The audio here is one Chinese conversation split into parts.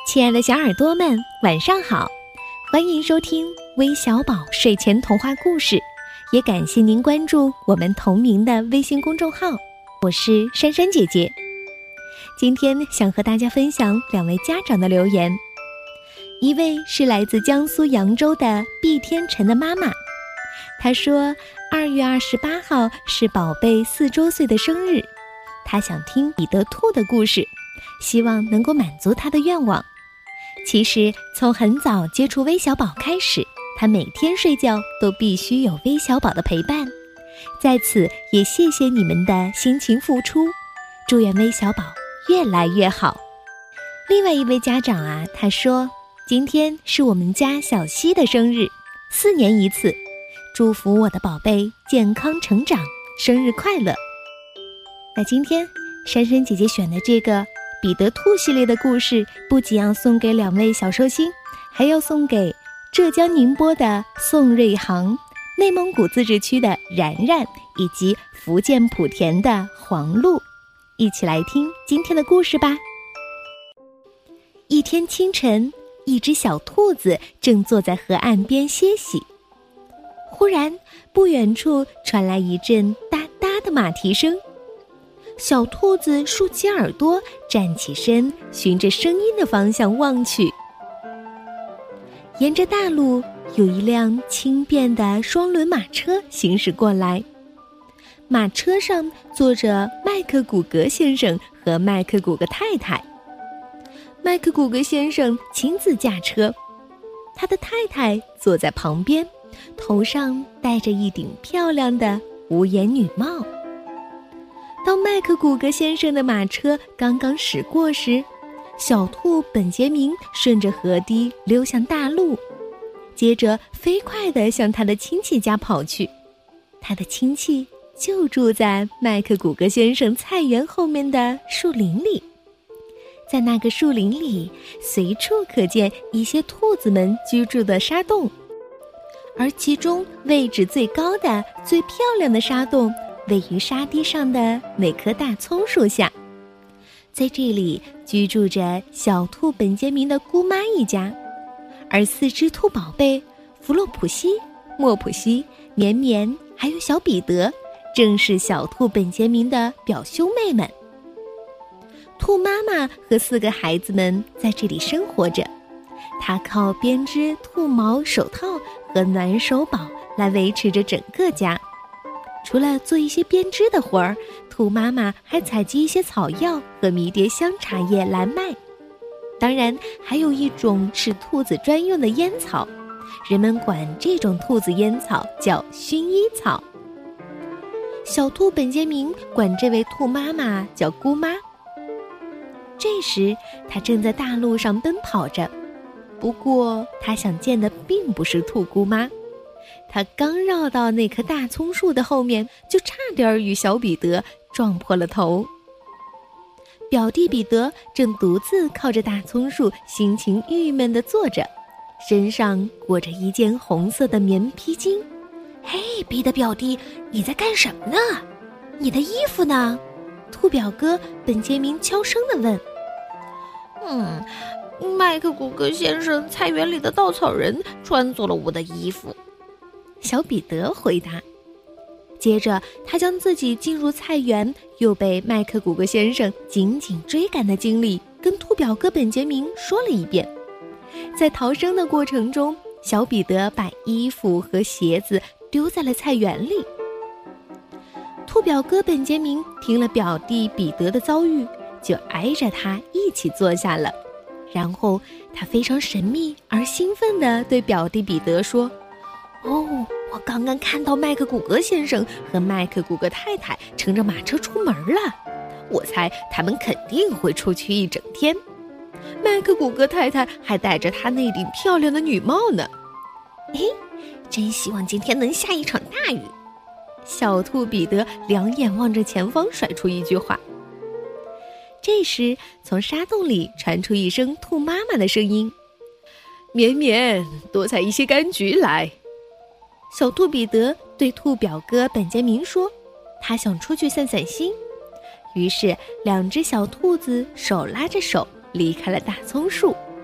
亲爱的小耳朵们，晚上好！欢迎收听微小宝睡前童话故事，也感谢您关注我们同名的微信公众号。我是珊珊姐姐。今天想和大家分享两位家长的留言。一位是来自江苏扬州的毕天辰的妈妈，她说2月28号是宝贝4周岁的生日，她想听彼得兔的故事，希望能够满足她的愿望。其实从很早接触微小宝开始，她每天睡觉都必须有微小宝的陪伴。在此也谢谢你们的辛勤付出，祝愿微小宝越来越好。另外一位家长啊，他说今天是我们家小西的生日，4年一次，祝福我的宝贝健康成长，生日快乐。那今天珊珊姐姐选的这个彼得兔系列的故事，不仅要送给2位小寿星，还要送给浙江宁波的宋瑞航、内蒙古自治区的然然，以及福建莆田的黄璐。一起来听今天的故事吧。一天清晨，一只小兔子正坐在河岸边歇息，忽然不远处传来一阵哒哒的马蹄声。小兔子竖起耳朵，站起身，循着声音的方向望去。沿着大路，有一辆轻便的双轮马车行驶过来，马车上坐着麦克古格先生和麦克古格太太。麦克古格先生亲自驾车，他的太太坐在旁边，头上戴着一顶漂亮的无檐女帽。当麦克古格先生的马车刚刚驶过时，小兔本杰明顺着河堤溜向大路，接着飞快地向他的亲戚家跑去。他的亲戚就住在麦克古格先生菜园后面的树林里。在那个树林里，随处可见一些兔子们居住的沙洞，而其中位置最高的、最漂亮的沙洞位于沙堤上的那棵大葱树下。在这里居住着小兔本杰明的姑妈一家，而4只兔宝贝弗洛普西、莫普西、绵绵还有小彼得，正是小兔本杰明的表兄妹们。兔妈妈和4个孩子们在这里生活着，她靠编织兔毛手套和暖手宝来维持着整个家。除了做一些编织的活儿，兔妈妈还采集一些草药和迷迭香茶叶来卖。当然，还有一种是兔子专用的烟草，人们管这种兔子烟草叫薰衣草。小兔本杰明管这位兔妈妈叫姑妈。这时他正在大路上奔跑着，不过他想见的并不是兔姑妈。他刚绕到那棵大葱树的后面，就差点与小彼得撞破了头。表弟彼得正独自靠着大葱树，心情郁闷地坐着，身上裹着一件红色的棉披巾。嘿，彼得表弟，你在干什么呢？你的衣服呢？兔表哥本杰明悄声地问。 麦克古格先生菜园里的稻草人穿走了我的衣服。 小彼得回答。接着他将自己进入菜园又被麦克古格先生紧紧追赶的经历跟兔表哥本杰明说了一遍。在逃生的过程中，小彼得把衣服和鞋子丢在了菜园里。兔表哥本杰明听了表弟彼得的遭遇，就挨着他一起坐下了，然后他非常神秘而兴奋地对表弟彼得说：我刚刚看到麦克古格先生和麦克古格太太乘着马车出门了，我猜他们肯定会出去一整天。麦克古格太太还戴着她那顶漂亮的女帽呢。真希望今天能下一场大雨。小兔彼得两眼望着前方，甩出一句话。这时从沙洞里传出一声兔妈妈的声音：绵绵，多采一些柑橘来。小兔彼得对兔表哥本杰明说，他想出去散散心。于是2只小兔子手拉着手离开了大葱树，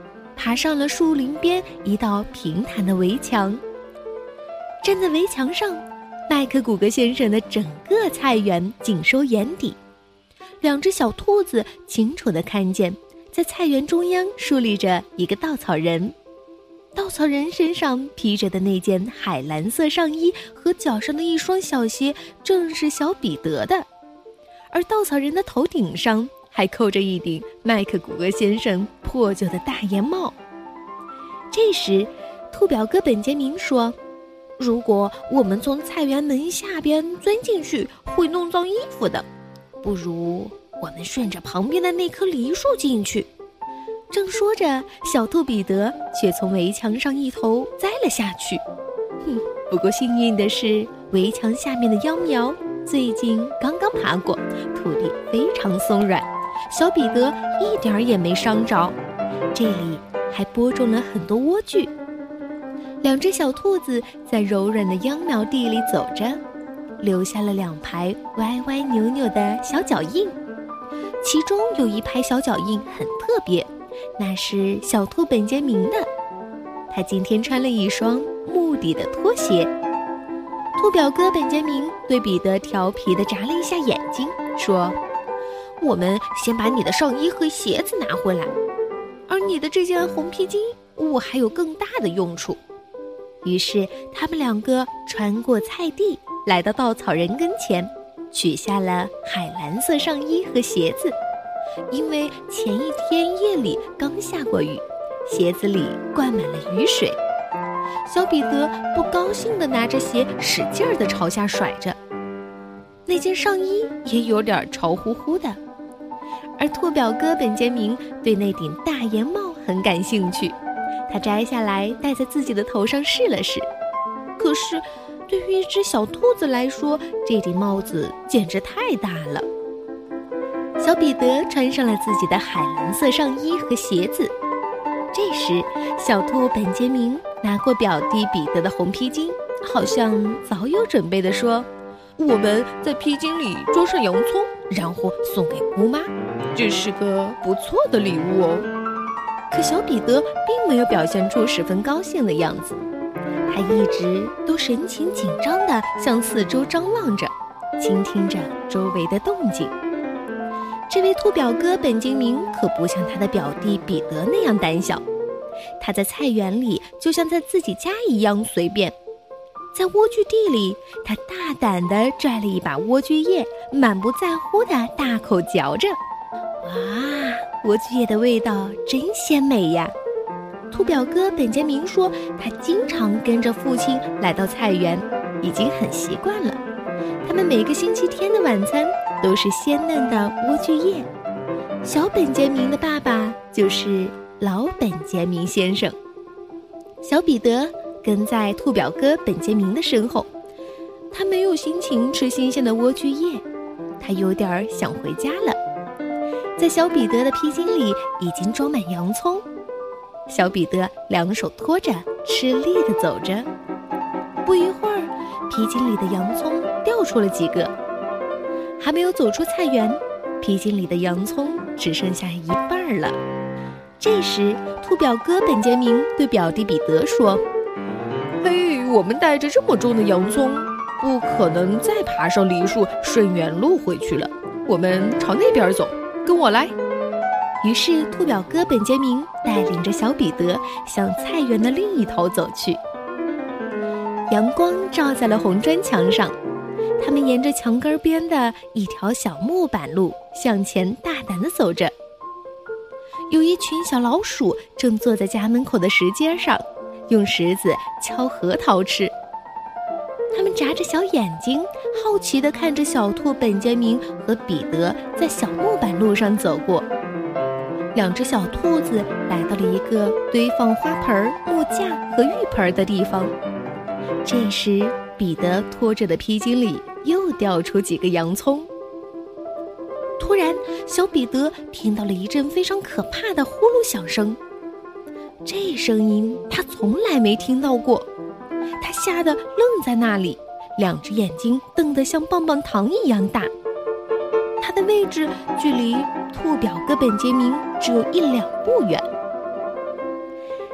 爬上了树林边一道平坦的围墙。站在围墙上，麦克古格先生的整个菜园尽收眼底。两只小兔子清楚地看见，在菜园中央竖立着一个稻草人。稻草人身上披着的那件海蓝色上衣和脚上的一双小鞋正是小彼得的，而稻草人的头顶上还扣着一顶麦克古格先生破旧的大檐帽。这时，兔表哥本杰明说：“如果我们从菜园门下边钻进去，会弄脏衣服的。不如我们顺着旁边的那棵梨树进去。”正说着，小兔彼得却从围墙上一头栽了下去。不过幸运的是，围墙下面的秧苗最近刚刚爬过，土地非常松软，小彼得一点儿也没伤着。这里还播种了很多莴苣。两只小兔子在柔软的秧苗地里走着，留下了2排歪歪扭扭的小脚印。其中有一排小脚印很特别，那是小兔本杰明的。他今天穿了一双木底的拖鞋。兔表哥本杰明对彼得调皮地眨了一下眼睛，说：“我们先把你的上衣和鞋子拿回来，而你的这件红皮筋，我还有更大的用处。”于是他们2个穿过菜地，来到稻草人跟前，取下了海蓝色上衣和鞋子。因为前一天夜里刚下过雨，鞋子里灌满了雨水。小彼得不高兴地拿着鞋使劲地朝下甩着，那件上衣也有点潮乎乎的。而兔表哥本杰明对那顶大檐帽很感兴趣，他摘下来戴在自己的头上试了试。可是对于一只小兔子来说，这顶帽子简直太大了。小彼得穿上了自己的海蓝色上衣和鞋子。这时，小兔本杰明拿过表弟彼得的红披巾，好像早有准备地说：“我们在披巾里装上洋葱，然后送给姑妈，这是个不错的礼物哦。”可小彼得并没有表现出十分高兴的样子，他一直都神情紧张地向四周张望着，倾听着周围的动静。这位兔表哥本杰明可不像他的表弟彼得那样胆小，他在菜园里就像在自己家一样随便。在莴苣地里，他大胆地拽了一把莴苣叶，满不在乎地大口嚼着。哇，莴苣叶的味道真鲜美呀！兔表哥本杰明说，他经常跟着父亲来到菜园，已经很习惯了。他们每个星期天的晚餐都是鲜嫩的莴苣叶。小本杰明的爸爸就是老本杰明先生。小彼得跟在兔表哥本杰明的身后，他没有心情吃新鲜的莴苣叶，他有点想回家了。在小彼得的披巾里已经装满洋葱，小彼得2手托着，吃力地走着。不一会儿，披巾里的洋葱掉出了几个。还没有走出菜园，披巾里的洋葱只剩下一半了。这时，兔表哥本杰明对表弟彼得说：“嘿，我们带着这么重的洋葱，不可能再爬上梨树顺原路回去了。我们朝那边走，跟我来。”于是，兔表哥本杰明带领着小彼得向菜园的另一头走去。阳光照在了红砖墙上，他们沿着墙根边的一条小木板路向前大胆地走着。有一群小老鼠正坐在家门口的石阶上，用石子敲核桃吃。他们眨着小眼睛，好奇地看着小兔本杰明和彼得在小木板路上走过。2只小兔子来到了一个堆放花盆、木架和浴盆的地方。这时，彼得拖着的披巾里又掉出几个洋葱。突然，小彼得听到了一阵非常可怕的呼噜响声，这声音他从来没听到过。他吓得愣在那里，2只眼睛瞪得像棒棒糖一样大。他的位置距离兔表哥本杰明只有1-2步远。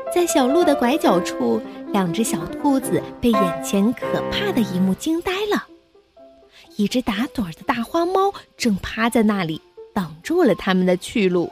在小路的拐角处，2只小兔子被眼前可怕的一幕惊呆了。一只打盹的大花猫正趴在那里，挡住了他们的去路。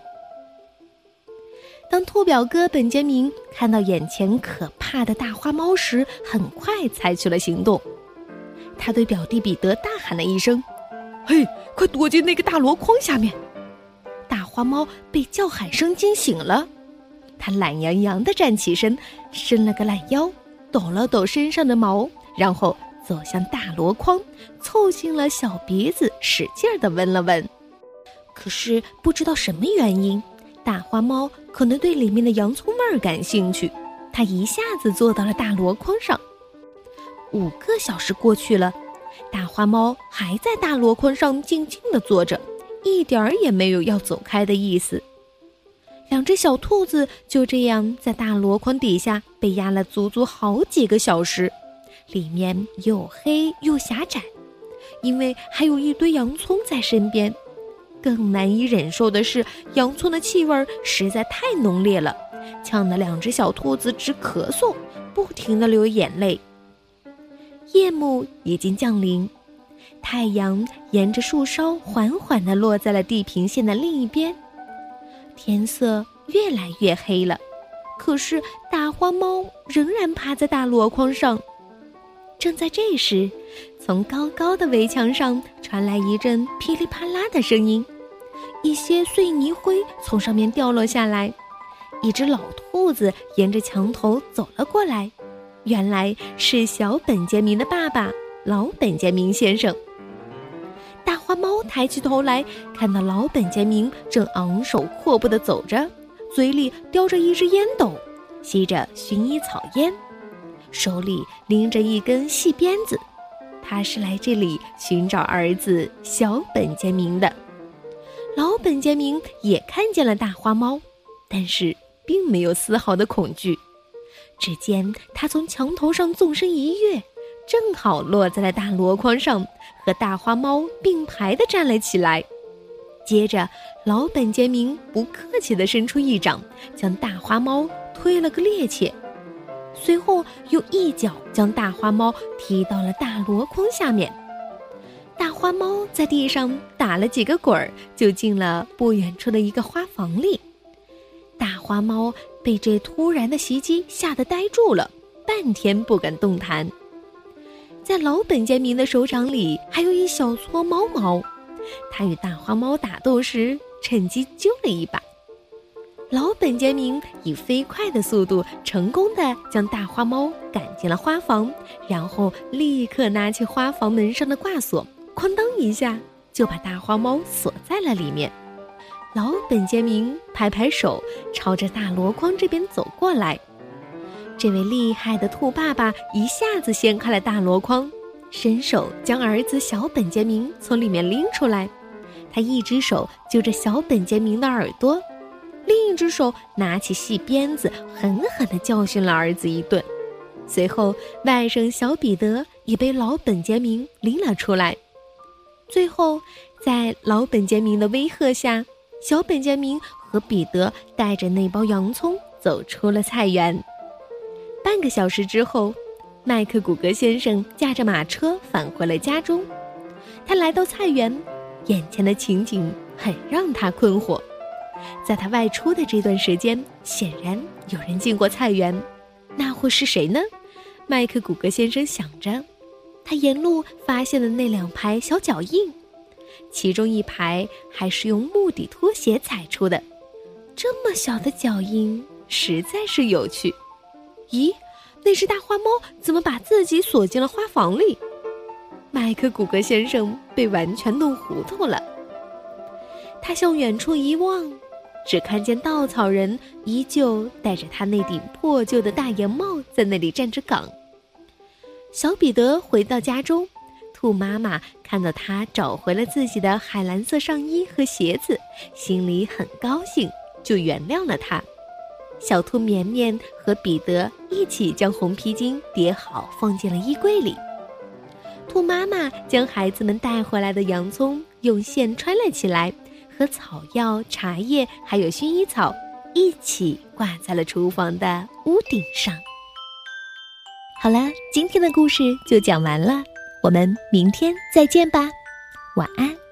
当兔表哥本杰明看到眼前可怕的大花猫时，很快采取了行动。他对表弟彼得大喊了一声：“嘿，快躲进那个大箩筐下面！”大花猫被叫喊声惊醒了，它懒洋洋地站起身，伸了个懒腰，抖了抖身上的毛，然后走向大箩筐，凑近了小鼻子，使劲地闻了闻。可是不知道什么原因，大花猫可能对里面的洋葱味儿感兴趣，它一下子坐到了大箩筐上。5个小时过去了，大花猫还在大箩筐上静静地坐着，一点儿也没有要走开的意思。2只小兔子就这样在大箩筐底下被压了足足好几个小时，里面又黑又狭窄，因为还有一堆洋葱在身边。更难以忍受的是，洋葱的气味实在太浓烈了，呛得2只小兔子直咳嗽，不停地流眼泪。夜幕已经降临，太阳沿着树梢缓缓地落在了地平线的另一边，天色越来越黑了，可是大花猫仍然趴在大箩筐上。正在这时，从高高的围墙上传来一阵噼里啪啦的声音，一些碎泥灰从上面掉落下来。一只老兔子沿着墙头走了过来，原来是小本杰明的爸爸，老本杰明先生。大花猫抬起头来，看到老本杰明正昂首阔步地走着，嘴里叼着一只烟斗，吸着薰衣草烟，手里拎着一根细鞭子。他是来这里寻找儿子小本杰明的。老本杰明也看见了大花猫，但是并没有丝毫的恐惧。只见他从墙头上纵身一跃，正好落在了大箩筐上，和大花猫并排地站了起来。接着老本杰明不客气地伸出一掌，将大花猫推了个趔趄，随后又一脚将大花猫踢到了大箩筐下面。大花猫在地上打了几个滚儿，就进了不远处的一个花房里。大花猫被这突然的袭击吓得呆住了，半天不敢动弹。在老本杰明的手掌里还有一小撮毛毛，他与大花猫打斗时趁机揪了一把。老本杰明以飞快的速度成功地将大花猫赶进了花房，然后立刻拿起花房门上的挂锁，哐当一下就把大花猫锁在了里面。老本杰明拍拍手，朝着大箩筐这边走过来。这位厉害的兔爸爸一下子掀开了大箩筐，伸手将儿子小本杰明从里面拎出来。他一只手揪着小本杰明的耳朵，另一只手拿起细鞭子，狠狠地教训了儿子一顿。随后外甥小彼得也被老本杰明拎了出来。最后在老本杰明的威吓下，小本杰明和彼得带着那包洋葱走出了菜园。半个小时之后，麦克古格先生驾着马车返回了家中。他来到菜园，眼前的情景很让他困惑。在他外出的这段时间，显然有人进过菜园，那会是谁呢？麦克古格先生想着。他沿路发现了那2排小脚印，其中一排还是用木底拖鞋踩出的，这么小的脚印实在是有趣。咦，那只大花猫怎么把自己锁进了花房里？麦克古格先生被完全弄糊涂了。他向远处一望，只看见稻草人依旧戴着他那顶破旧的大檐帽在那里站着岗。小彼得回到家中，兔妈妈看到他找回了自己的海蓝色上衣和鞋子，心里很高兴，就原谅了他。小兔绵绵和彼得一起将红皮筋叠好放进了衣柜里。兔妈妈将孩子们带回来的洋葱用线穿了起来，和草药、茶叶还有薰衣草一起挂在了厨房的屋顶上。好了，今天的故事就讲完了，我们明天再见吧，晚安。